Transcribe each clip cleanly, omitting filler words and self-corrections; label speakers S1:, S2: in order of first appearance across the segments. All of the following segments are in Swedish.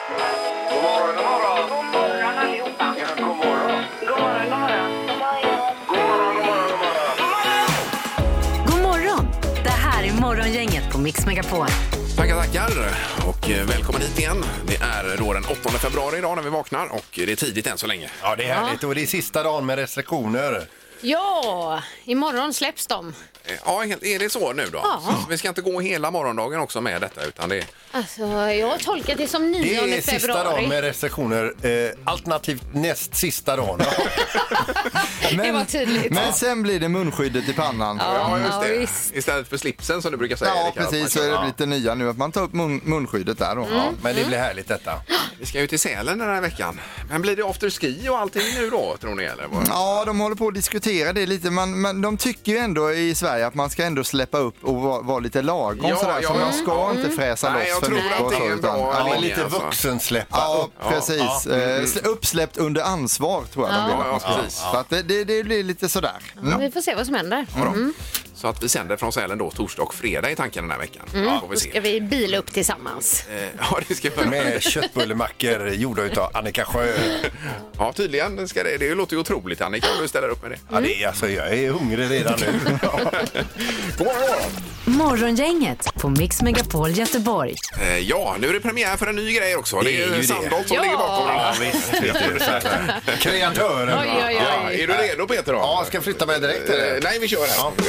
S1: God morgon, god morgon. God morgon allihopa. Ja, god morgon. God morgon, god morgon. God morgon, god morgon,
S2: God morgon! Det här är Morgongänget på Mix Megapol.
S3: Tackar. Och välkommen hit igen. Det är då den 8 februari idag när vi vaknar och det är tidigt än så länge.
S4: Ja, det är härligt och det är sista dagen med restriktioner.
S5: Ja, imorgon släpps de.
S3: Ja, är det så nu då?
S5: Ja.
S3: Så vi ska inte gå hela morgondagen också med detta utan det...
S5: Alltså, jag har tolkat det som 9
S4: Det är
S5: februari.
S4: sista dagen med restriktioner, alternativt näst sista dagen.
S5: Det var tydligt.
S6: Men sen blir det munskyddet i pannan.
S3: Ja, just det.
S5: visst.
S3: Istället för slipsen som du brukar säga.
S6: Ja,
S3: Erik, att
S6: precis.
S3: man
S6: Så är
S3: kör.
S6: det lite nya nu att man tar upp munskyddet där då.
S4: Ja, men det blir härligt detta.
S3: Vi ska ju till Sälen den här veckan. Men blir det afterski och allting nu då, tror ni? Eller?
S6: Ja, de håller på att diskutera det lite. Men de tycker ju ändå i Sverige att man ska ändå släppa upp och vara lite lagom sådär. Så man ska inte fräsa
S3: Nej, jag
S6: loss för
S3: tror
S6: mycket
S3: att
S6: och
S3: det är
S6: så.
S3: en bra
S4: Ja,
S3: linje,
S4: lite
S3: alltså.
S4: vuxensläppa
S6: Ja,
S4: upp.
S6: precis. Uppsläppt under ansvar tror jag de vill att man ska.
S3: Ja, precis.
S6: Så att det blir lite sådär.
S5: Vi får se vad som händer.
S3: Så att vi sänder från Sälen då torsdag och fredag i tanken den här veckan. Ja, får vi
S5: Då
S3: se.
S5: ska vi bila upp tillsammans.
S3: Ja, det ska vi.
S4: Med köttbullemackor gjorda utav Annika Sjö.
S3: Ja, tydligen ska det låter ju otroligt, Annika, om du ställer upp med det.
S4: Ja, det är, alltså, jag är hungrig redan nu.
S3: God morgon!
S2: Morgongänget på Mix Megapol Göteborg.
S3: Ja, nu är det premiär för en ny grej också. Det
S4: är
S3: är
S4: ju
S3: ju
S4: det.
S3: Sandholt som
S5: Ja.
S3: ligger bakom den
S4: Ja,
S3: här.
S4: visst. Vet du, så här. Kreatören.
S5: Oj, oj,
S3: Ja,
S5: oj.
S3: är du redo, Peter? Då?
S4: Ja, ska jag flytta mig direkt? Eller?
S3: Nej, vi kör här.
S4: Ja.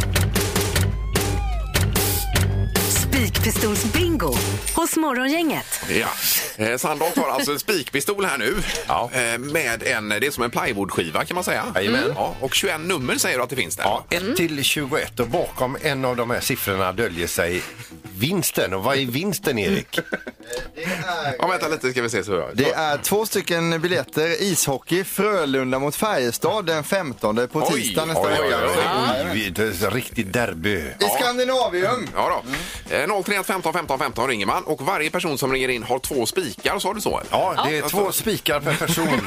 S2: Spikpistolsbingo hos Morgongänget.
S3: Ja. Sandholt har alltså en spikpistol här nu.
S4: Ja.
S3: Med det är som en plywoodskiva kan man säga.
S4: Jajamän.
S3: Ja, och 21 nummer säger du att det finns där.
S4: Ja, 1 till 21 och bakom en av de här siffrorna döljer sig vinsten. Och vad är vinsten, Erik?
S3: Ja, vänta lite ska vi se så.
S6: Det är 2 stycken biljetter ishockey Frölunda mot Färjestad den 15 på
S3: Oj,
S6: tisdag nästa
S3: oj, oj,
S6: vecka.
S3: oj.
S4: Oj, det är ett riktigt derby.
S6: I Skandinavium.
S3: Ja då. 031 15 15 15 ringer man och varje person som ringer in har 2 spikar, sa du så? Eller?
S4: Ja, det är 2 spikar per person.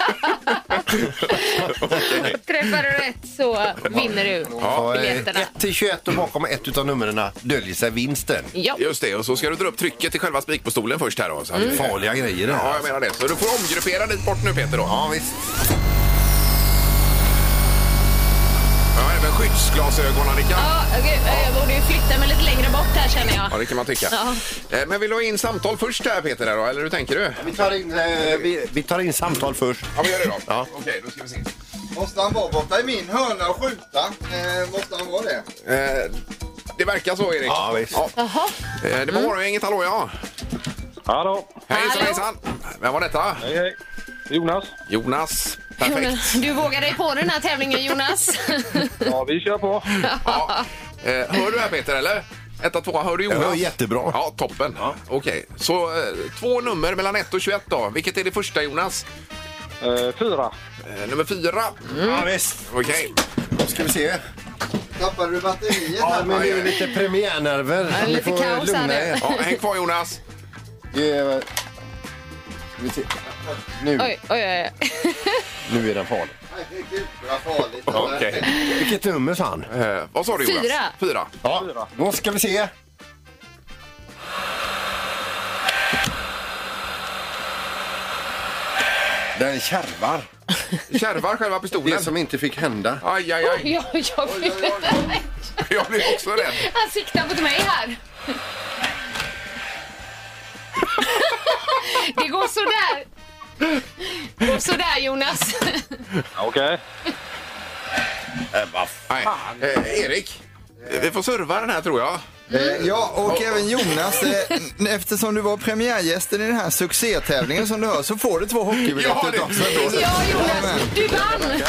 S5: Träffar du rätt så vinner du biljetterna.
S4: 1 till 21 och bakom ett utav numren döljer sig vinsten.
S5: Ja.
S3: Just det, och så ska du dra upp trycket till själva spikpistolen först här då. Så att
S4: Farliga grejer det här.
S3: Ja, jag menar det. Så du får omgruppera dit bort nu, Peter då.
S4: Ja, visst.
S3: Ja, även skyddsglasögon, Annika.
S5: Ja, okej, jag borde ju flytta mig lite längre bort här känner jag.
S3: Ja, det kan man tycka.
S5: Ja.
S3: Men vill du ha in samtal först här, Peter, då? Eller hur tänker du?
S4: Vi tar in samtal först.
S3: Ja, vi gör det då.
S4: Ja.
S3: Okej, då ska vi se.
S6: Måste han vara borta i min hörna och skjuta? Måste han vara det?
S3: Det verkar så, Erik.
S4: Ja, visst.
S5: Jaha.
S3: Det var Morgongänget, hallå ja.
S1: Hallå.
S3: Hejsan,
S5: Hallå.
S3: hejsan. Vem var detta?
S1: Hej, hej. Jonas.
S3: Jonas. Perfekt.
S5: Jonas, du vågar dig på den här tävlingen, Jonas.
S1: Ja, vi kör på.
S3: Ja. Hör du här, Peter, eller? 1, 2, hör du Jonas?
S4: Jag hör jättebra.
S3: Ja, toppen. Ja. Okej, så 2 nummer mellan 1 och 21 då. Vilket är det första, Jonas?
S1: 4.
S3: Nummer 4.
S4: Ja, visst.
S3: Okej.
S4: Då ska vi se.
S6: Tappade du batteriet
S4: Ja,
S6: här?
S4: men det är lite premiärnerver.
S5: Ja,
S4: Ni
S5: lite
S4: får
S5: kaos
S4: lugna
S5: här nu.
S4: er.
S3: Ja, häng kvar, Jonas.
S4: Det är- ska vi se. Nu
S5: Oj.
S4: är den farlig.
S6: Herregud, vad farligt.
S3: Okej.
S4: Vilket nummer sa han?
S3: Vad sa du, Jonas?
S5: 4.
S3: 4.
S4: Ja, då ska vi se. Den kärvar.
S3: Kärvar själva pistolen.
S4: Det som inte fick hända.
S3: Aj, aj, aj. Jag blir också rädd.
S5: Han siktar mot mig här. Det går sådär. Det går sådär, Jonas.
S1: Okej.
S3: Nej. Erik, vi får serva den här, tror jag.
S6: Ja, och även Jonas, eftersom du var premiärgästen i den här succétävlingen som du hör, så får du 2 hockeybiljetter
S3: Ja, det-
S6: också.
S5: Ja, Jonas, du vann.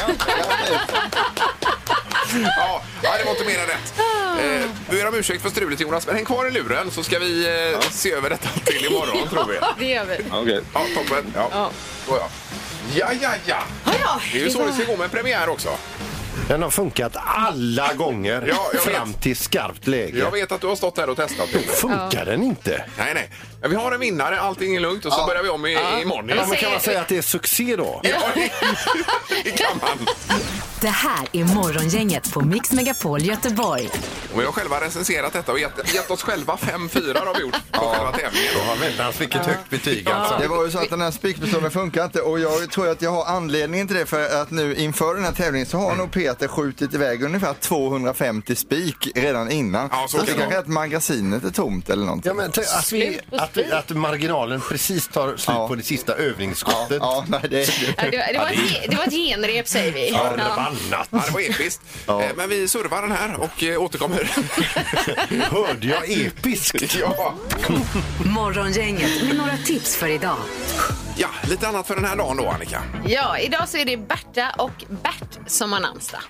S3: Ja, det var inte mer än rätt. Vi ber om ursäkt för strulet, Jonas, men häng kvar i luren så ska vi se över detta till imorgon, tror vi.
S5: Det gör vi.
S1: Okej.
S3: Ja, toppen. Ja.
S5: Ja.
S3: Så, ja. Ja.
S5: Ja,
S3: Det är ju så det ska gå med en premiär också.
S4: Den har funkat alla gånger
S3: Ja, jag
S4: fram till skarpt läge.
S3: Jag vet att du har stått här och testat.
S4: Funkar den inte?
S3: Nej. Ja, vi har en vinnare, allting är lugnt och så börjar vi om imorgon.
S4: Ja, men kan man säga att det är succé då?
S3: Ja, det kan man.
S2: Det här är Morgongänget på Mix Megapol Göteborg.
S3: Och vi har själva recenserat detta och gett oss själva 5-4 har vi gjort på själva tävlingen.
S4: Ja, väldans vilket högt betyg alltså.
S6: Det var ju så att den här spikpistolen funkar inte och jag tror att jag har anledningen till det för att nu inför den här tävlingen så har nog Peter skjutit iväg ungefär 250 spik redan innan.
S3: Ja, så
S6: det
S3: kan
S6: kanske är att magasinet är tomt eller någonting.
S4: Ja, men att marginalen precis tar slut på det sista övningsskottet.
S6: Ja, nej,
S5: Det var ett genrep säger vi.
S4: Ja, det var annat.
S3: Ja, det var episkt. Men vi servar den här och återkommer.
S4: Hörde jag episkt?
S3: Ja.
S2: Morgongänget med några tips för idag.
S3: Ja, lite annat för den här dagen då, Annika.
S5: Ja, idag så är det Berta och Bert som har namnsdag.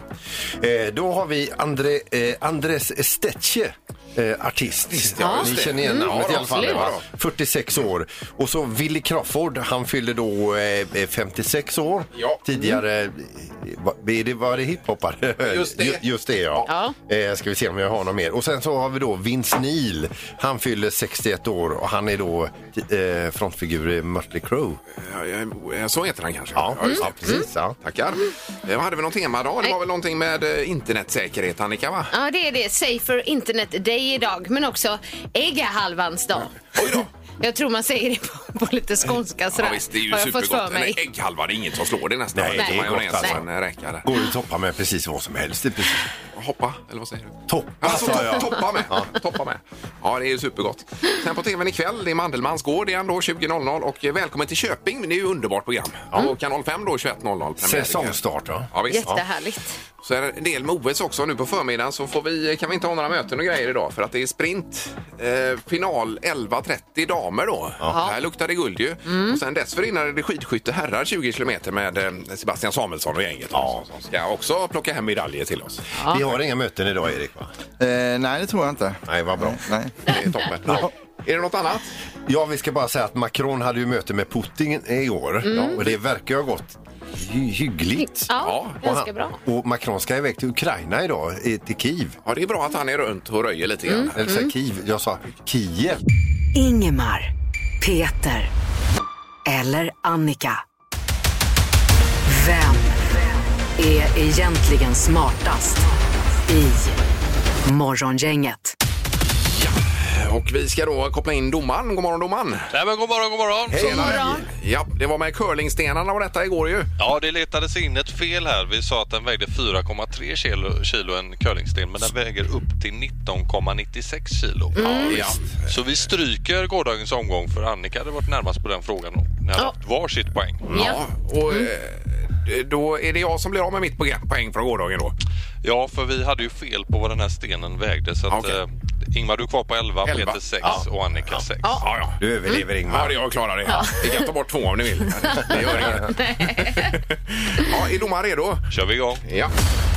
S4: Då har vi Andres Stetche. Artist.
S3: Ja,
S4: Ni känner igen namnet i alla fall.
S3: absolut.
S4: Va? 46 år. Och så Willie Crawford, han fyllde då 56 år.
S3: Ja.
S4: Tidigare var det hiphoppare. Just det, ja. Ska vi se om jag har något mer. Och sen så har vi då Vince Neil. Han fyller 61 år och han är då frontfigur i Mötley Crüe.
S3: Så heter han kanske.
S4: Ja, precis. Ja.
S3: Tackar. Hade vi någon tema då? Det var väl någonting med internetsäkerhet, Annika, va?
S5: Ja, det är det. Safer Internet Day idag, men också ägghalvans dag.
S3: Oj då.
S5: Jag tror man säger det på lite skånska sådär.
S3: Ja, visst, det är ju
S5: har jag fått
S3: supergott.
S5: för mig.
S3: En ägghalva, det är inget som slår det nästan.
S4: Nej, det är
S3: majonnäs
S4: gott, alltså.
S3: och en räka där.
S4: Går att toppa med precis vad som helst. Det är precis.
S3: Hoppa, eller vad säger du?
S4: Toppa,
S3: Alltså,
S4: sa jag.
S3: toppa med. Toppa med. Ja, det är ju supergott. Sen på tvn ikväll, det är Mandelmans gård igen då 20.00 och välkommen till Köping. Det är ju underbart program. Och Kanal 5 då 21.00.
S4: Säsongstart, ja.
S3: Ja, visst.
S5: Jättehärligt.
S3: Så är det en del med OS också nu på förmiddagen så kan vi inte ha några möten och grejer idag för att det är sprint final 11.30 damer då. Ja. Här luktar det guld ju. Och sen dessförinnan är det skidskytte herrar 20 kilometer med Sebastian Samuelsson och gänget. Ja. Som ska också plocka hem medaljer till oss.
S4: Ja. Vi har inga möten idag, Erik, va?
S6: Nej, det tror jag inte.
S4: Nej, vad bra.
S6: Nej.
S3: Det är toppen. Ja. Är det något annat?
S4: Ja, vi ska bara säga att Macron hade ju möte med Putin igår. Och det verkar ju ha gått hyggligt.
S5: Ja, ganska bra.
S4: Och Macron ska iväg till Ukraina idag, till Kiev.
S3: Ja, det är bra att han är runt och röjer lite grann.
S4: Eller så Kiev, jag sa Kiev.
S2: Ingemar, Peter eller Annika. Vem är egentligen smartast i Morgongänget?
S3: Och vi ska då koppla in domaren. God morgon, domaren.
S7: Nej, men god morgon.
S3: Ja, det var med curlingstenarna och detta igår ju.
S7: Ja, det letades in ett fel här. Vi sa att den vägde 4,3 kilo en curlingsten, men den väger upp till 19,96 kilo.
S3: Ja.
S7: Så vi stryker gårdagens omgång för Annika hade varit närmast på den frågan. Ni hade haft varsitt poäng.
S3: Ja, och då är det jag som blir av med mitt poäng från gårdagen då.
S7: Ja, för vi hade ju fel på vad den här stenen vägde. Så att, Ingmar, du är kvar på 11, Peter 6 och Annika 6.
S3: Ja.
S4: Du överlever, Ingmar.
S3: Ja, jag klarar det. Vi kan ta bort 2 om ni vill. Det gör inget. Ja, är domaren redo?
S7: Kör vi igång.
S3: Ja.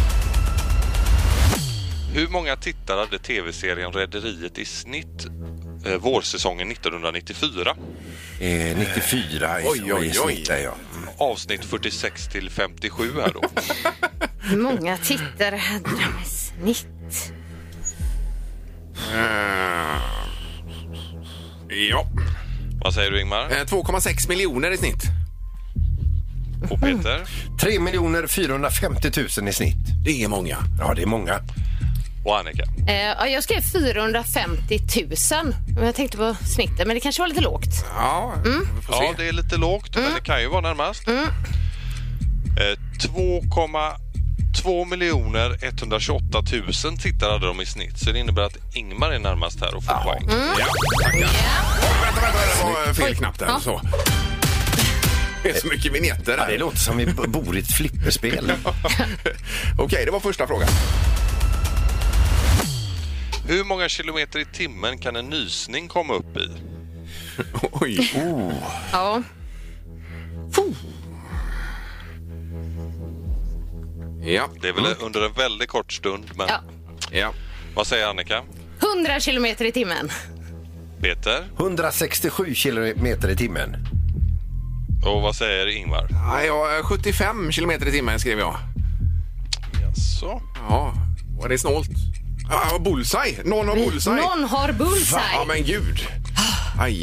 S7: Hur många tittare hade tv-serien Rederiet i snitt vårsäsongen 1994?
S4: 94 i snitt där, ja.
S7: Avsnitt 46 till 57 här då.
S5: Hur många tittare hade de i snitt?
S3: Ja.
S7: Vad säger du, Ingmar?
S3: 2,6 miljoner i snitt.
S7: Och Peter?
S4: 3 450 000 i snitt.
S3: Det är många.
S4: Ja, det är många.
S7: Och Annika?
S5: Jag skrev 450 000. Jag tänkte på snittet, men det kanske var lite lågt.
S3: Ja, vi får se.
S7: Ja, det är lite lågt, men det kan ju vara närmast. 2 128 000 tittare hade de i snitt. Så det innebär att Ingmar är närmast här och får poäng.
S3: Ja, tackar. Vänta, det var fel knapp där. Så. Det är så mycket vignetter
S4: Ja,
S3: här.
S4: det låter som vi bor i ett flipperspel.
S3: Okej, det var första frågan.
S7: Hur många kilometer i timmen kan en nysning komma upp i?
S3: Oj.
S5: Ja.
S3: Ja.
S7: Det är väl under en väldigt kort stund, men
S3: Ja.
S7: vad säger Annika?
S5: 100 kilometer i timmen.
S7: Peter?
S4: 167 kilometer i timmen.
S7: Och vad säger Ingmar?
S3: Ja, 75 kilometer i timmen skrev jag.
S7: Jaså?
S3: Ja, var det snålt? Ja, bullseye. Någon har bullseye.
S5: Någon har bullseye.
S3: Ja, men gud. Aj.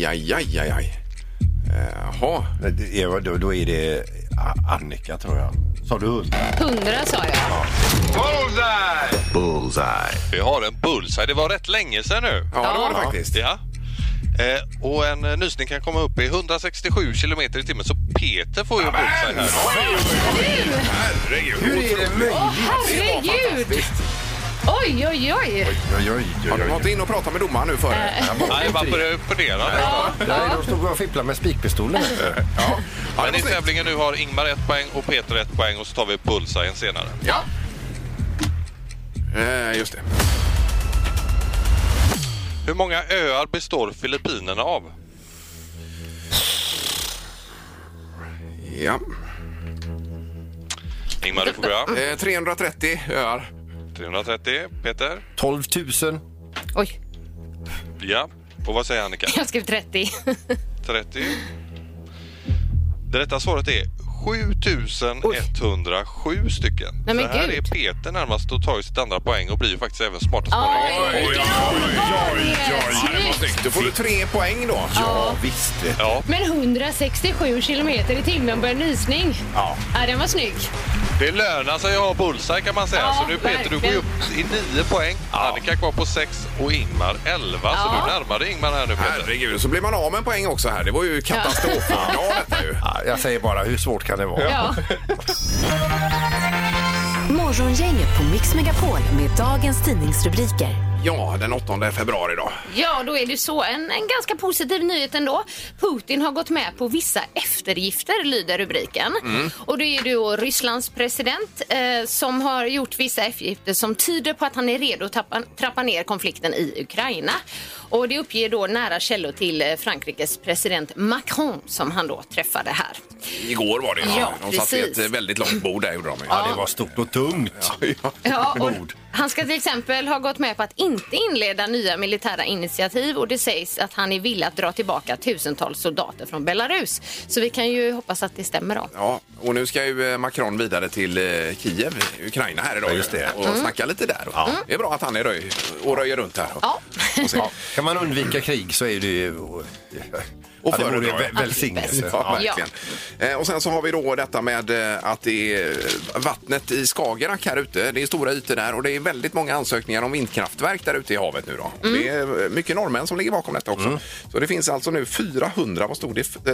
S3: Jaha.
S4: Då är det Annika, tror jag. Sa du 100?
S5: 100 sa jag.
S4: Bullseye.
S7: Vi har en bullseye. Det var rätt länge sedan nu.
S3: Ja, det var det faktiskt.
S7: Ja. Och en nysning kan komma upp i 167 kilometer i timmen, så Peter får ju bullseye här.
S3: Herregud.
S4: Hur är det möjligt?
S5: Herregud! Oj.
S3: Har du gått in och pratat med domaren nu före?
S7: Nej, jag bara började imponera.
S4: Nej, då stod jag och fipplade med spikpistolen.
S3: Ja.
S7: Men i tävlingen nu har Ingmar 1 poäng och Peter 1 poäng, och så tar vi bullseye senare.
S3: Ja. Just det.
S7: Hur många öar består Filippinerna av?
S3: Ja.
S7: Ingmar, du får börja.
S3: 330 öar.
S7: 330. Peter?
S4: 12 000.
S5: Oj,
S7: Ja. Och vad säger Annika?
S5: jag skrev 30.
S7: 30. Det rätta svaret är 7107 stycken.
S5: Nej, men
S7: så här
S5: gud.
S7: är Peter närmast och tar ju sitt andra poäng och blir ju faktiskt även smartast på
S3: Då får du 3 poäng då.
S4: Ja, visst.
S7: Ja,
S5: Men 167 kilometer i timmen på en nysning. Ja, den var snygg.
S7: det lönar sig att ha bullseye kan man säga.
S5: Ja,
S7: Så nu Peter, du går ju upp i 9 poäng. Annika kvar på 6 och Ingmar 11. Så du närmar dig Ingmar här nu, Peter.
S3: Herregud, så blir man av med en poäng också här. Det var ju katastrof. Ja, detta ju.
S4: Ja, jag säger bara, hur svårt kan det vara?
S5: Ja.
S2: Morgongänget på Mix Megapol med dagens tidningsrubriker.
S3: Ja, den 8 februari då.
S5: Ja, då är det så. En ganska positiv nyhet ändå. Putin har gått med på vissa eftergifter, lyder rubriken. Och det är då Rysslands president som har gjort vissa eftergifter som tyder på att han är redo att trappa ner konflikten i Ukraina. Och det uppger då nära källor till Frankrikes president Macron som han då träffade här.
S3: Igår var det.
S5: Ja,
S3: de satt vid
S5: precis.
S3: ett väldigt långt bord där, gjorde de.
S4: Ja, det var stort och tungt.
S5: Ja, och
S4: Bord.
S5: han ska till exempel ha gått med på att inte inleda nya militära initiativ, och det sägs att han är villig att dra tillbaka tusentals soldater från Belarus. Så vi kan ju hoppas att det stämmer då.
S3: Ja, och nu ska ju Macron vidare till Kiev, Ukraina här idag.
S4: Ja, just det.
S3: Och snacka lite där. Det är bra att han är röjer runt här.
S5: Ja.
S4: Ja. Kan man undvika krig så är det ju...
S3: Och
S4: det vore
S3: föredra.
S4: välsignelse.
S3: Ja, verkligen. Och sen så har vi då detta med att det är vattnet i Skagerrak här ute. Det är stora ytor där och det är väldigt många ansökningar om vindkraftverk där ute i havet nu då. Det är mycket norrmän som ligger bakom detta också. Så det finns alltså nu 400, vad stod det?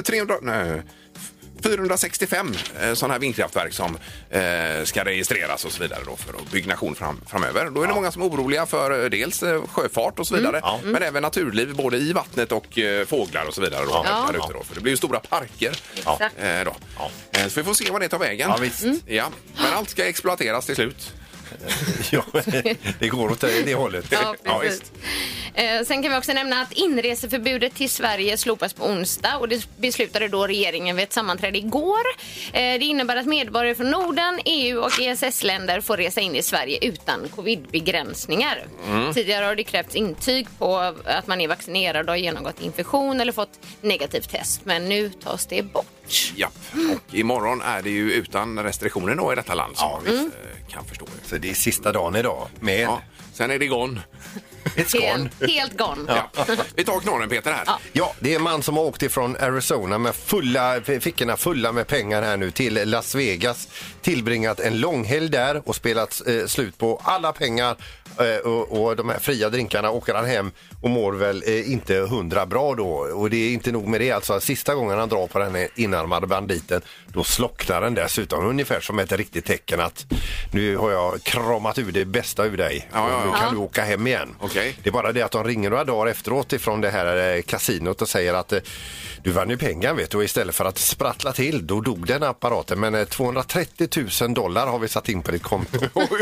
S3: 465 sådana här vindkraftverk som ska registreras och så vidare då för byggnation framöver. Då är det många som är oroliga för dels sjöfart och så vidare, men även naturliv både i vattnet och fåglar och så vidare då, där ute då. För det blir ju stora parker då. Så vi får se vad det tar vägen.
S4: Ja, visst.
S3: Ja, men allt ska exploateras till slut.
S4: Ja, det går åt det hållet.
S5: Ja, precis.
S3: visst.
S5: Sen kan vi också nämna att inreseförbudet till Sverige slopas på onsdag, och det beslutade då regeringen vid ett sammanträde igår. Det innebär att medborgare från Norden, EU och ESS-länder får resa in i Sverige utan covid-begränsningar. Tidigare har det krävts intyg på att man är vaccinerad och har genomgått infektion eller fått negativt test, men nu tas det bort.
S3: Ja, och imorgon är det ju utan restriktioner då i detta land som vi kan förstå.
S4: Så det är sista dagen idag. Men
S3: Ja, sen är det gone.
S4: it's gone.
S5: Helt gone.
S3: Ja. Vi tar knorren, Peter, här.
S4: Ja, det är en man som har åkt ifrån Arizona med fickorna fulla med pengar här nu till Las Vegas. Tillbringat en långhelg där och spelat slut på alla pengar och de här fria drinkarna. Åker han hem och mår väl inte 100 bra då. Och det är inte nog med det. Alltså sista gången han drar på den här inarmade banditen, då slocknar den dessutom ungefär som ett riktigt tecken att nu har jag kramat ur det bästa ur dig. Och nu kan du åka hem igen.
S3: Okej.
S4: Det är bara det att de ringer några dagar efteråt ifrån det här kasinot och säger att du vann ju pengar, vet du, och istället för att sprattla till, då dog den apparaten. Men $230 000 har vi satt in på ditt konto.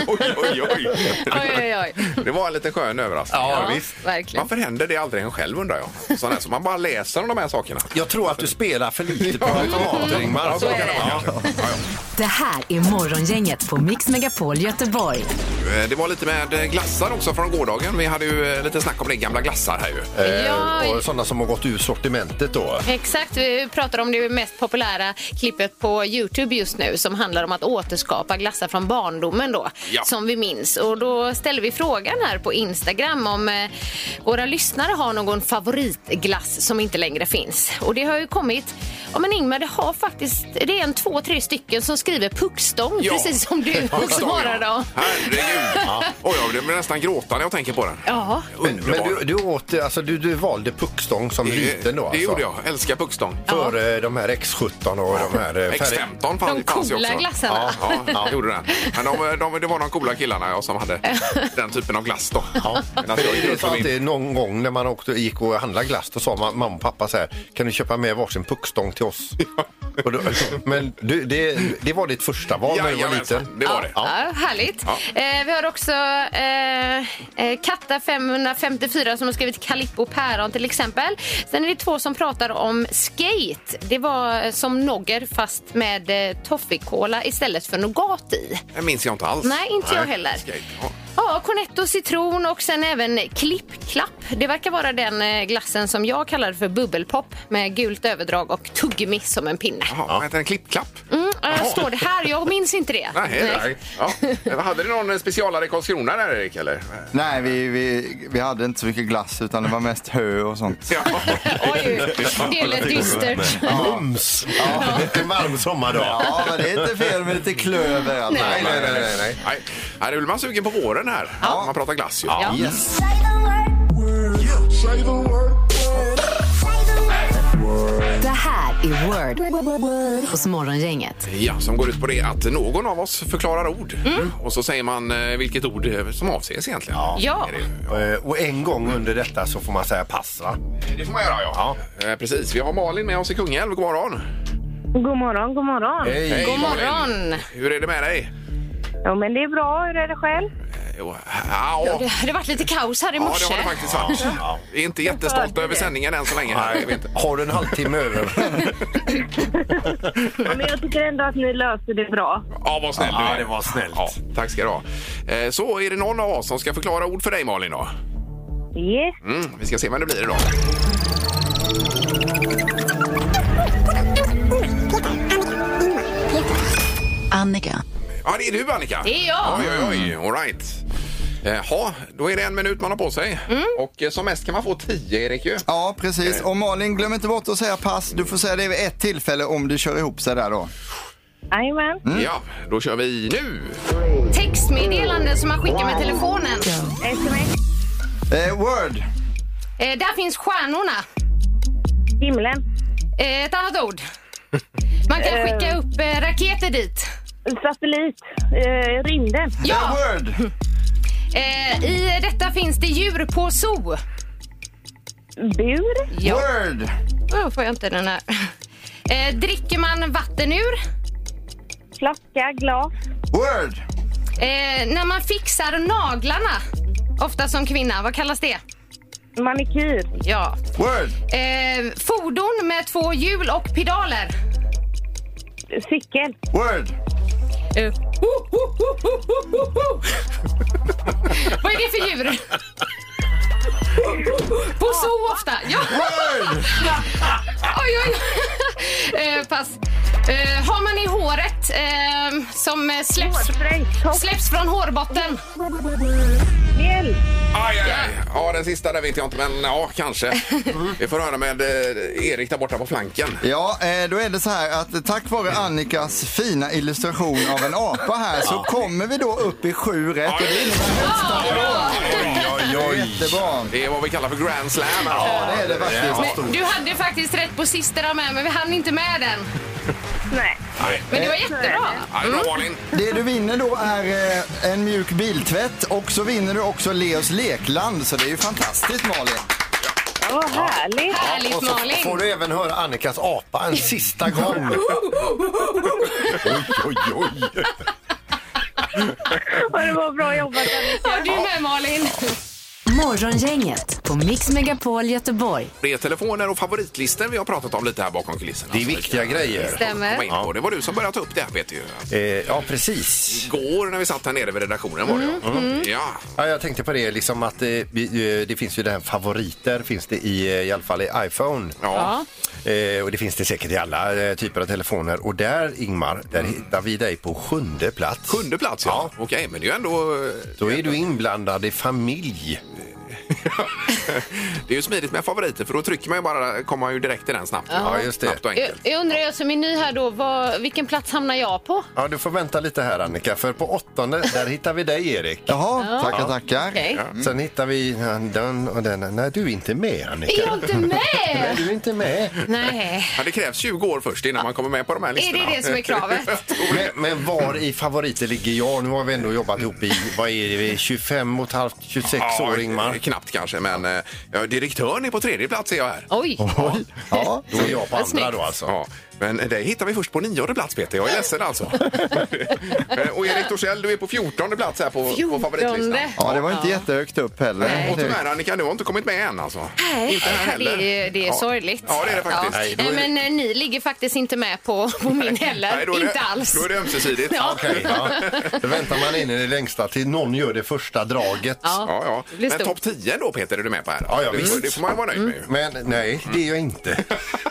S5: Oj.
S3: Det var en lite skön överraskning.
S4: Ja, visst.
S5: Verkligen.
S3: Varför händer det aldrig en själv, undrar jag? Sådär, så man bara läser om de här sakerna.
S4: Jag tror att du spelar för lite på automater, Ingmar.
S3: Ja, så kan det vara.
S2: Det här är Morgongänget på Mix Megapol Göteborg.
S3: Det var lite med glassar också från gårdagen. Vi hade ju lite snack om det, gamla glassar här ju.
S4: Och sådana som har gått ur sortimentet då.
S5: Exakt, vi pratar om det mest populära klippet på YouTube just nu som handlar om att återskapa glassar från barndomen då, som vi minns. Och då ställer vi frågan här på Instagram om våra lyssnare har någon favoritglass som inte längre finns. Och det har ju kommit, men Ingmar, det är 2-3 stycken som skriver puckstång, precis som du svarade om.
S3: Herregud. Oj, det blir nästan gråta när jag tänker på den.
S5: Ja.
S4: Men du valde puckstång som liten då?
S3: Det gjorde jag. Älskar puckstång.
S4: För de här X17 och de här...
S3: X15 fanns ju också.
S5: De coola glassarna.
S3: Ja, gjorde det. Men det var de coola killarna som hade den typen av glass då.
S4: Ja. Det är så att det någon gång när man gick och handlade glass, då sa mamma och pappa så här: kan du köpa med varsin puckstång till oss? Men det var ditt första val när du var liten.
S3: Det var det.
S5: Ja, härligt. Ja. Vi har också Katta 554 som har skrivit Calippo Päron till exempel. Sen är det 2 som pratar om skate. Det var som nogger fast med toffee-cola istället för nougat i.
S3: Det minns jag inte alls.
S5: Nej, inte jag heller.
S3: Skate, ja.
S5: Ja, cornetto, citron och sen även klippklapp. Det verkar vara den glassen som jag kallar för bubbelpop med gult överdrag och tuggummi som en pinne.
S3: Jaha, vad heter en klippklapp?
S5: Står det här? Jag minns inte det.
S3: Nej. Ja. Hade du någon specialare i Karlskrona där, Erik? Eller?
S6: Nej, vi hade inte så mycket glass utan det var mest hö och sånt.
S3: Ja.
S5: Oj, det lät dystert.
S4: Mums! Ja. En varm sommardag.
S6: Ja, men det är inte fel med lite klöver. Alltså.
S3: Nej. Här är väl man sugen på våren här. Ja. Man pratar glass ju.
S5: Ja.
S6: Yes.
S2: Det här är Word hos Morgongänget.
S3: Ja, som går ut på det att någon av oss förklarar ord. Och så säger man vilket ord som avses egentligen.
S5: Ja.
S4: Och en gång under detta så får man säga pass, va?
S3: Det får man göra, ja. Precis. Vi har Malin med oss i Kungälv. God morgon.
S1: God morgon.
S3: Hej,
S5: God morgon.
S3: Hur är det med dig?
S1: Ja, men det är bra. Hur är det själv?
S5: Det har varit lite kaos här i morse.
S3: Ja, det har det faktiskt varit. Vi är inte jättestolta över sändningen än så länge.
S4: Nej, har du en halvtimme över?
S1: Ja, men jag tycker ändå att ni löste det bra.
S3: Ja, vad snällt du är.
S4: Det var snällt.
S3: Ja, tack ska du ha. Så är det någon av oss som ska förklara ord för dig, Malin, då?
S1: Yes.
S3: Vi ska se vad det blir idag.
S2: Annika.
S3: Ja, det är du, Annika.
S5: Det är jag.
S3: Oj, all right. Då är det 1 minut man har på sig. Och som mest kan man få 10, Erik ju.
S6: Ja, precis. Och Malin, glöm inte bort att säga pass. Du får säga det vid ett tillfälle om du kör ihop sig där då.
S1: Jajamän.
S3: Ja, då kör vi nu.
S5: Textmeddelande som man skickar med telefonen.
S1: SMS.
S6: Word.
S5: Där finns stjärnorna.
S1: Himlen.
S5: Ett annat ord. Man kan skicka upp raketer dit.
S1: Satellit. Rymden.
S5: Ja.
S6: Word.
S5: I detta finns det djur på zoo.
S1: Bur.
S5: Ja.
S6: Word.
S5: Får jag inte den här. Dricker man vatten ur?
S1: Flaska. Glas.
S6: Word.
S5: När man fixar naglarna, ofta som kvinna, vad kallas det?
S1: Manikyr.
S5: Ja.
S6: Word.
S5: Fordon med 2 hjul och pedaler.
S1: Cykel.
S6: Word.
S5: Vad är det för djur? På så ofta. Ja. Oj. Pass. Har man i håret som släpps från hårbotten?
S1: Mjäll.
S3: Aj. Ja, den sista där vet jag inte, men ja, kanske. Vi får höra med Erik där borta på flanken.
S6: Ja, då är det så här att tack vare Annikas fina illustration av en apa här så kommer vi då upp i 7 rätt. Och det är jättebra.
S3: Det är vad vi kallar för Grand Slam.
S6: Ja, det är det faktiskt.
S5: Men du hade faktiskt rätt på sista där med, men vi hann inte med den.
S1: Nej.
S5: Men det var jättebra.
S3: Ja, det är bra, Malin.
S6: Det du vinner då är en mjuk biltvätt och så vinner du också Leos lekland, så det är ju fantastiskt, Malin.
S1: Vad härligt.
S5: Härligt,
S4: Och så
S5: Malin.
S4: får du även höra Annikas apa en sista gång. Oj.
S1: Det var bra jobbat, Annika.
S5: Ja, du med, Malin.
S2: Morgongänget på Mix Megapol Göteborg.
S3: Det är telefoner och favoritlistor vi har pratat om lite här bakom kulisserna.
S4: Det är viktiga grejer.
S5: Stämmer.
S3: Det var du som började ta upp det här, Peter.
S4: Ja, precis.
S3: Igår när vi satt här nere vid redaktionen var det.
S4: Ja, jag tänkte på det liksom att det finns ju det här favoriter finns det i alla fall i iPhone.
S3: Ja.
S4: Och det finns det säkert i alla typer av telefoner. Och där, Ingmar, där hittar vi dig på 7:e plats.
S3: 7:e plats, ja. Okej, men det är ju ändå...
S4: Då är du inblandad i familj.
S3: Det är ju smidigt med favoriter, för då trycker man ju bara, kommer man ju direkt till den snabbt.
S4: Ja, just det.
S3: Snabbt och enkelt.
S5: Jag undrar, jag som är ny här då, vilken plats hamnar jag på?
S4: Ja, du får vänta lite här, Annika, för på 8:e där hittar vi dig, Erik.
S6: Jaha, tackar.
S5: Okay.
S4: Sen hittar vi den och den. Nej, du är inte med, Annika.
S5: Är jag inte med?
S4: Nej, du är inte med.
S5: Nej.
S3: Ja, det krävs 20 år först innan man kommer med på de här listorna.
S5: Är det som är kravet?
S4: Men var i favoriter ligger jag? Nu har vi ändå jobbat ihop i, vad är det, 25 och ett halvt, 26 år, Ingmar.
S3: Knappt kanske, men direktören är på 3:e plats är jag här.
S5: Oj.
S4: Ja, då är jag på andra då alltså.
S3: Ja, men det hittar vi först på 9:e plats, Peter. Jag är ledsen alltså. Och Erik Torssell, du är på 14:e plats här på favoritlistan.
S6: Ja, det var inte jättehögt upp heller.
S5: Nej.
S3: Och tyvärr, Annika, du har inte kommit med än alltså.
S5: Nej,
S3: inte här heller.
S5: det är sorgligt.
S3: Ja, det är det faktiskt.
S5: Ja. Nej, men ni ligger faktiskt inte med på min heller.
S3: Nej, då är det,
S5: inte alls.
S3: Då är det ömsesidigt.
S5: Ja.
S4: Okej, ja. Då väntar man in i det längsta till någon gör det första draget.
S3: Ja.
S5: Det blir
S3: Men
S5: stort.
S3: topp 10 då, Peter, är du med på här?
S4: Ja, visst.
S3: Det får man ju vara nöjd med.
S4: Men nej, det är jag inte.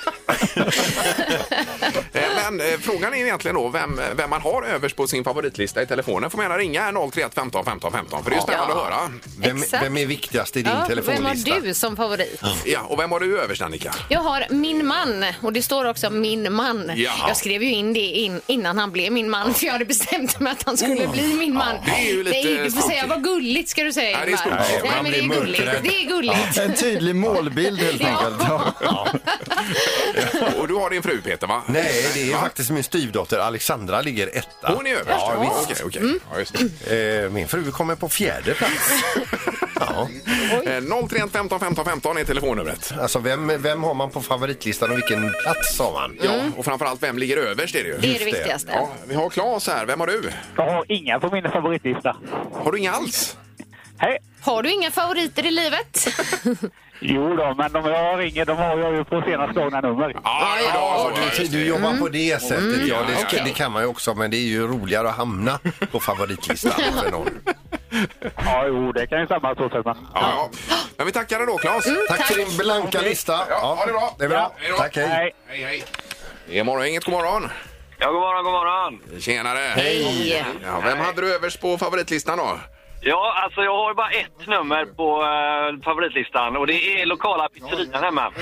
S3: Men frågan är egentligen då vem man har överst på sin favoritlista i telefonen. Får man gärna ringa 031 15 15 15, för det är ju spännande att höra.
S4: Vem är viktigast i din telefonlista?
S5: Vem har du som favorit?
S3: Ja, och vem har du överst, Annika?
S5: Jag har min man, och det står också min man.
S3: Jaha.
S5: Jag skrev ju in det innan han blev min man, för jag hade bestämt mig att han skulle bli min man.
S3: det är ju lite
S5: Nej, du får
S3: stort.
S5: säga vad gulligt ska du säga,
S3: Nej, det är
S5: Ingvar.
S3: stort.
S5: Nej,
S4: Man
S5: men det är
S4: blir
S5: gulligt.
S4: mörkrädd.
S5: Det är gulligt.
S6: En tydlig målbild helt enkelt.
S3: Och du har din fru, Peter, va?
S4: Nej, det är faktiskt min styvdotter Alexandra ligger etta.
S3: Hon är överst?
S4: Ja, visst.
S3: Okej. Ja, just det.
S4: Min fru kommer på 4:e plats. Ja.
S3: 031 15 15 15 är telefonnumret.
S4: Alltså vem har man på favoritlistan och vilken plats har man?
S3: Ja, och framförallt vem ligger överst är det ju.
S5: Det är det viktigaste.
S3: Ja, vi har Claes här. Vem har du?
S8: Jag har inga på min favoritlista.
S3: Har du inga alls?
S8: Hej!
S5: Har du inga favoriter i livet?
S8: Jo då, men de jag ringer, de har jag ju på senaste slagna nummer.
S3: Ja,
S4: Du jobbar på det sättet, ja, det kan man ju också, men det är ju roligare att hamna på favoritlistan för någon.
S8: Ja, jo, det kan ju stämma så sätt.
S3: Ja. Men vi tackar dig då, Claes.
S4: Tack för din blanka lista.
S3: Ja, ha det bra.
S4: Det är bra.
S3: Hej då.
S4: Tack, hej.
S3: Hej. Det är morgon, god morgon.
S1: Ja, god morgon.
S3: Tjenare.
S5: Hej.
S3: Ja, vem hade du överst på favoritlistan då?
S1: Ja, alltså jag har bara ett nummer på favoritlistan och det är lokala pizzerian hemma.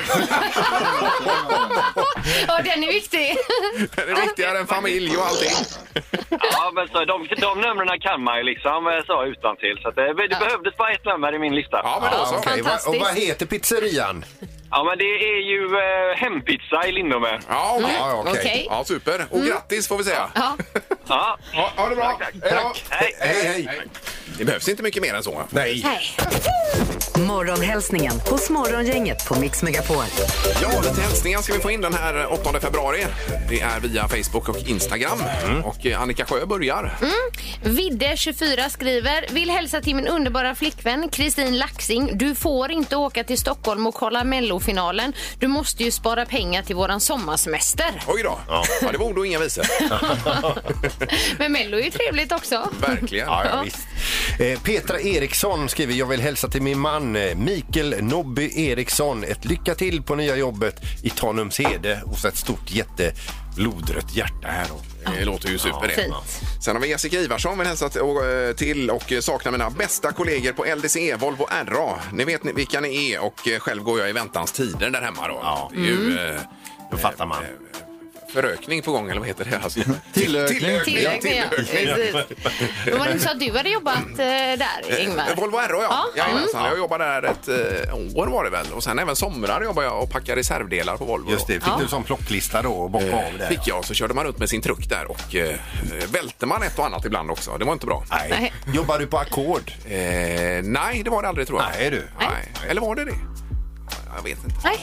S5: Ja, den är viktig.
S3: Den är viktigare än familj och allting.
S1: Ja, men så de numren kan man ju liksom så utan till. Så att det behövdes bara ett nummer i min lista.
S3: Ja, men då så.
S4: Okej, och vad heter pizzerian?
S1: Ja, men det är ju hempizza i Lindome.
S3: Ja, okej.
S5: Okej.
S3: Ja, super. Och grattis får vi säga.
S5: Ja.
S1: Ja.
S3: Ha det bra.
S1: Tack.
S3: Hej då.
S1: Hej.
S3: Det behövs inte mycket mer än så.
S4: Nej.
S5: Nej.
S2: Morgonhälsningen hos Morgongänget på Mix Megapol.
S3: Ja, lite hälsningar ska vi få in den här 8 februari. Det är via Facebook och Instagram. Och Annika Sjö börjar.
S5: Vidde 24 skriver: vill hälsa till min underbara flickvän Kristin Laxing. Du får inte åka till Stockholm och kolla Mellofinalen. Du måste ju spara pengar till våran sommarsemester.
S3: Oj då. Ja, det var ord och inga visor.
S5: Men Mello är ju trevligt också.
S3: Verkligen.
S4: Ja, visst. Petra Eriksson skriver: jag vill hälsa till min man Mikael Nobby Eriksson ett lycka till på nya jobbet i Tanumshede och så ett stort blodrött hjärta här.
S3: Det låter ju super det.
S5: Fint.
S3: Sen har vi Jessica Ivarsson, vill hälsa till och saknar mina bästa kollegor på LDC, Volvo RA. Ni vet vilka ni är och själv går jag i väntans tider där hemma då.
S4: Ja.
S3: Det är ju
S4: Då fattar man.
S3: förökning på gång, eller vad heter det? Alltså,
S6: Tillökning.
S5: Tillräckligt, ja. Precis. Men var det inte så att du hade jobbat där, Ingvar?
S3: Volvo RA, ja.
S5: Ja.
S3: Jajamensan. Jag jobbade där ett år var det väl. Och sen även somrar jobbade jag och packade reservdelar på Volvo.
S4: Just det, fick du som plocklista då och bocka av där?
S3: Fick jag, så körde man runt med sin truck där och välte man ett och annat ibland också. Det var inte bra.
S4: Nej. Jobbar du på ackord?
S3: Nej, det var det aldrig, tror jag.
S4: Nej, du.
S3: Nej. Eller var det det? Jag vet inte.
S5: Nej.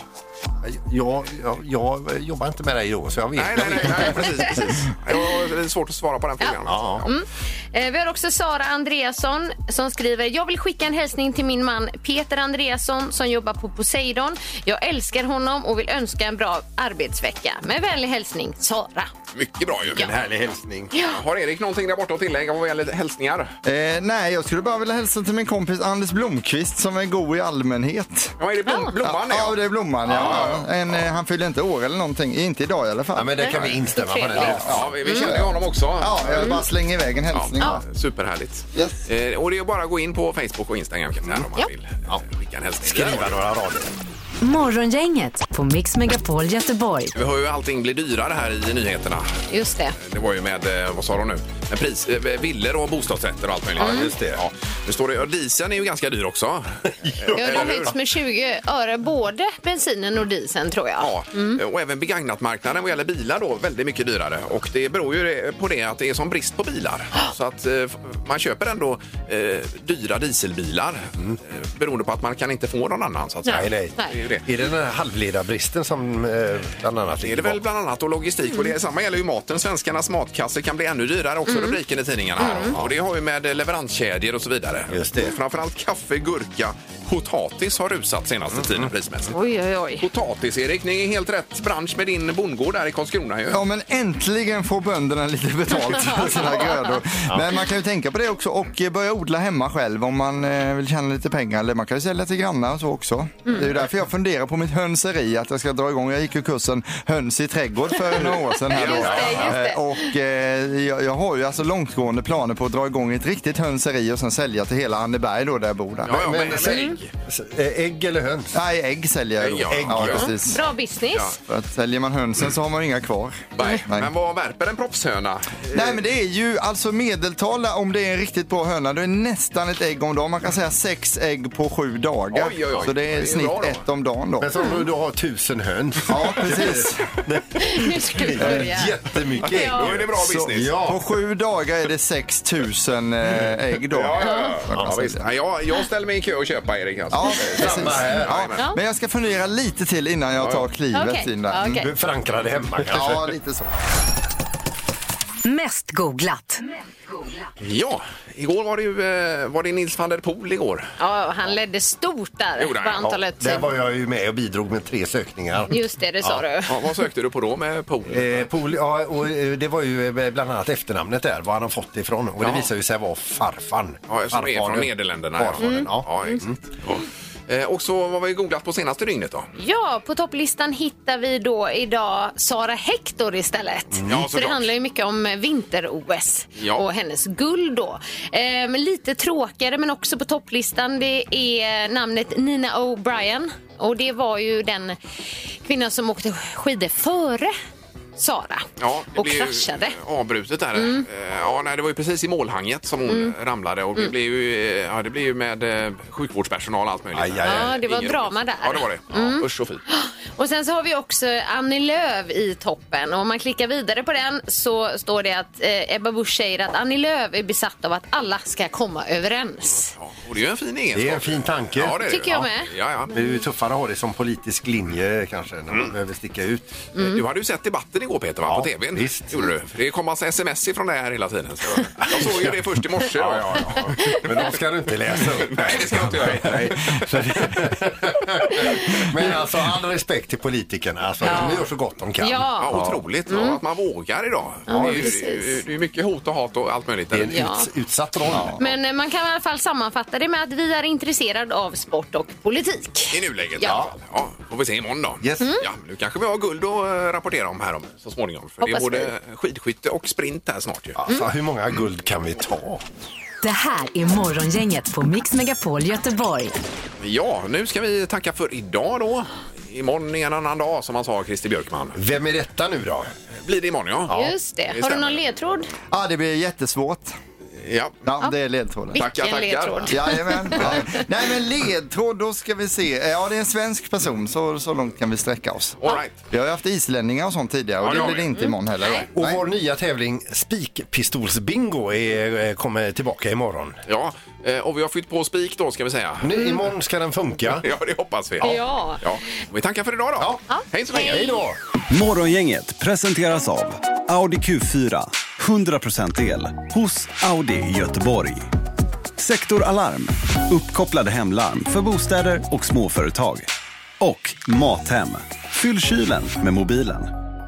S4: Jag jobbar inte med dig då, så jag vet.
S3: Nej, precis. Det är svårt att svara på den frågan.
S4: Ja.
S5: Vi har också Sara Andreasson som skriver: jag vill skicka en hälsning till min man Peter Andreasson som jobbar på Poseidon. Jag älskar honom och vill önska en bra arbetsvecka. Med vänlig hälsning, Sara.
S3: Mycket bra ju.
S4: En härlig hälsning.
S5: Ja.
S3: Har Erik någonting där borta att tillägga vad gäller hälsningar?
S6: Nej, jag skulle bara vilja hälsa till min kompis Anders Blomqvist som är god i allmänhet.
S3: Ja, är det Blomman?
S6: Ja, det är Blomman. Ja. Han fyller inte år eller någonting. Inte idag i alla fall.
S4: Ja, men det kan vi instämma på.
S3: Ja, vi känner ju honom också.
S6: Ja, jag vill bara slänga iväg en hälsning.
S3: Ja, superhärligt.
S6: Yes.
S3: Och det är bara att gå in på Facebook och Instagram om man vill skicka en hälsning.
S4: Skriva några rader.
S2: Morgongänget på Mix Megapol Göteborg.
S3: Vi hör ju allting blir dyrare här i nyheterna.
S5: Just det.
S3: Det var ju med, vad sa de nu? Med villor och bostadsrätter och allt möjligt.
S4: Ja, just det.
S3: Ja. Nu står det, dieseln är ju ganska dyr också.
S5: Ja, det har höjts med 20 öre både bensinen och dieseln tror jag.
S3: Ja, och även begagnatmarknaden vad gäller bilar då väldigt mycket dyrare. Och det beror ju på det att det är som brist på bilar. Så att man köper ändå dyra dieselbilar beroende på att man kan inte få någon annan så att säga.
S4: Nej. Är det den här halvledarbristen som bland annat
S3: det är det väl bland annat och logistik och det samma gäller ju maten. Svenskarnas matkasse kan bli ännu dyrare också rubriken i tidningarna här. Och det har ju med leveranskedjor och så vidare.
S4: Just det.
S3: Framförallt kaffe, gurka, potatis har rusat senaste tiden prismässigt.
S5: Oj.
S3: Potatis, Erik, ni är helt rätt bransch med din bondgård där i Karlskrona ju.
S6: Ja, men äntligen får bönderna lite betalt för sina grödor. Men man kan ju tänka på det också och börja odla hemma själv om man vill tjäna lite pengar. Eller man kan ju sälja till grannar och så också. Det är ju därför jag funderar på mitt hönseri att jag ska dra igång. Jag gick ju kursen höns i trädgård för några år sedan här då.
S5: Just det.
S6: Och jag har ju alltså långtgående planer på att dra igång ett riktigt hönseri och sen sälja till hela Anneberg då där jag bor där.
S3: Men
S4: ägg eller höns?
S6: Nej, ägg säljer jag då.
S3: Ägg,
S6: precis.
S5: Bra business.
S6: För att säljer man hönsen så har man inga kvar.
S3: Nej. Men vad värper en proffshöna?
S6: Nej, men det är ju alltså medeltal om det är en riktigt bra höna. Det är nästan ett ägg om dagen. Man kan säga 6 ägg på 7 dagar.
S3: Oj.
S6: Så det är snitt
S3: bra då.
S6: 1 om dagen då.
S4: Men som du har 1000 höns.
S6: Ja, precis.
S5: Nu ska vi börja.
S4: Jättemycket ägg.
S3: Då är det bra business.
S6: På 7 dagar är det 6000 ägg då.
S3: Ja, visst. Jag ställer mig i kö och köpa, Erik. Alltså.
S6: Ja, precis.
S4: Samma här.
S6: Ja. Men jag ska fundera lite till innan jag tar klivet in där.
S5: Okej.
S4: Du förankrade hemma kanske.
S6: Ja, lite så.
S2: Mest googlat.
S3: Ja, igår var det Nils van der Poel igår.
S5: Ja, han ledde stort där
S3: Gjorde han,
S5: på
S3: ja.
S5: antalet.
S4: Där var jag ju med och bidrog med 3 sökningar.
S5: Just det sa du.
S3: Ja, vad sökte du på då med Poel?
S4: Poel, ja, och det var ju bland annat efternamnet där, var han har fått ifrån. Och det visade ju sig vara farfan.
S3: Ja, som är från Nederländerna.
S4: Farfaren,
S3: Ja, exakt. Ja. Och så var vi googlat på senaste dygnet då?
S5: Ja, på topplistan hittar vi då idag Sara Hector istället.
S3: Ja,
S5: så det
S3: såklart.
S5: handlar ju mycket om vinter-OS och hennes guld då. Men lite tråkigare men också på topplistan det är namnet Nina O'Brien. Och det var ju den kvinnan som åkte skidor före Sara och kraschade.
S3: Avbrutet där. Det var ju precis i målhanget som hon ramlade och det blev ju med sjukvårdspersonal och allt möjligt.
S5: Ja, det var drama där.
S3: Ja, det var det. Ja, usch och fint.
S5: Och sen så har vi också Annie Lööf i toppen och om man klickar vidare på den så står det att Ebba Busch säger att Annie Lööf är besatt av att alla ska komma överens.
S3: Ja, och det är ju en fin egenskap.
S4: Det är en fin tanke.
S3: Ja, det är
S5: Tycker jag med.
S3: Ja.
S4: Det är ju tuffare att ha det som politisk linje kanske när man behöver sticka ut.
S3: Du hade ju sett debatten igår Peter på tvn.
S4: Visst.
S3: Gjorde du? För det kom alltså sms ifrån det här hela tiden. Så jag såg ju det först i morse.
S4: Ja. Men de ska du inte läsa upp.
S3: Nej, det ska jag inte göra.
S4: Nej. Men alltså all respekt till politikerna. Alltså, de gör så gott de kan.
S3: Ja, otroligt. Att man vågar idag. Det är ju mycket hot och hat och allt möjligt.
S4: Det är en utsatt roll.
S5: Men man kan i alla fall sammanfatta det med att vi är intresserade av sport och politik.
S3: I nuläget.
S5: Ja.
S3: Ja, får vi se imorgon då.
S4: Yes.
S3: Ja, nu kanske vi har guld att rapportera om här om så småningom. För det är
S5: Hoppas
S3: både skidskytte och sprint här snart ju.
S4: Alltså, hur många guld kan vi ta?
S2: Det här är Morgongänget på Mix Megapol Göteborg.
S3: Ja, nu ska vi tacka för idag då. Imorgon är en annan dag som man sa Christer Björkman.
S4: Vem är detta nu då?
S3: Blir det imorgon
S5: Just det. Har du
S3: stämmer.
S5: någon ledtråd?
S6: Ja, det blir jättesvårt.
S3: Ja.
S6: Ja, det är ledtråden.
S5: Vilken ledtråd?
S6: Jajamän. Ja. Nej, men ledtråd, då ska vi se. Ja, det är en svensk person, så långt kan vi sträcka oss.
S3: All right.
S6: Vi har ju haft islänningar och sånt tidigare och
S3: Ja, det
S6: det
S3: har
S6: blir det
S3: vi.
S6: inte imorgon heller. Då.
S4: Och vår nya tävling Spikpistolsbingo kommer tillbaka imorgon.
S3: Ja, Och vi har fyllt på spik då, ska vi säga.
S4: Nu, imorgon ska den funka.
S3: Ja, det hoppas vi.
S5: Ja.
S3: Vi tackar för idag då.
S4: Ja.
S3: Hej så länge.
S4: Hej då!
S9: Morgongänget presenteras av Audi Q4. 100% el hos Audi i Göteborg. Sektor Alarm. Uppkopplade hemlarm för bostäder och småföretag. Och Mathem. Fyll kylen med mobilen.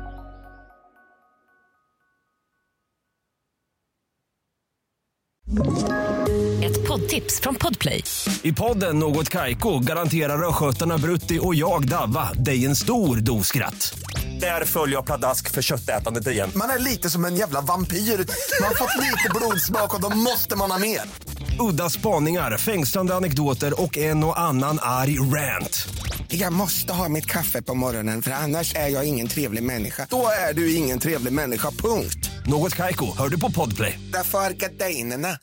S2: Ett poddtips från Podplay.
S10: I podden Något Kaiko garanterar skötarna Brutti och jag Davva dig en stor doskratt. Där följer jag pladask för köttätandet igen.
S11: Man är lite som en jävla vampyr. Man har fått lite blodsmak och då måste man ha mer.
S10: Udda spaningar, fängslande anekdoter och en och annan arg rant.
S11: Jag måste ha mitt kaffe på morgonen för annars är jag ingen trevlig människa. Då är du ingen trevlig människa, punkt.
S10: Något Kaiko, hör du på Podplay.
S11: Därför är gardinerna.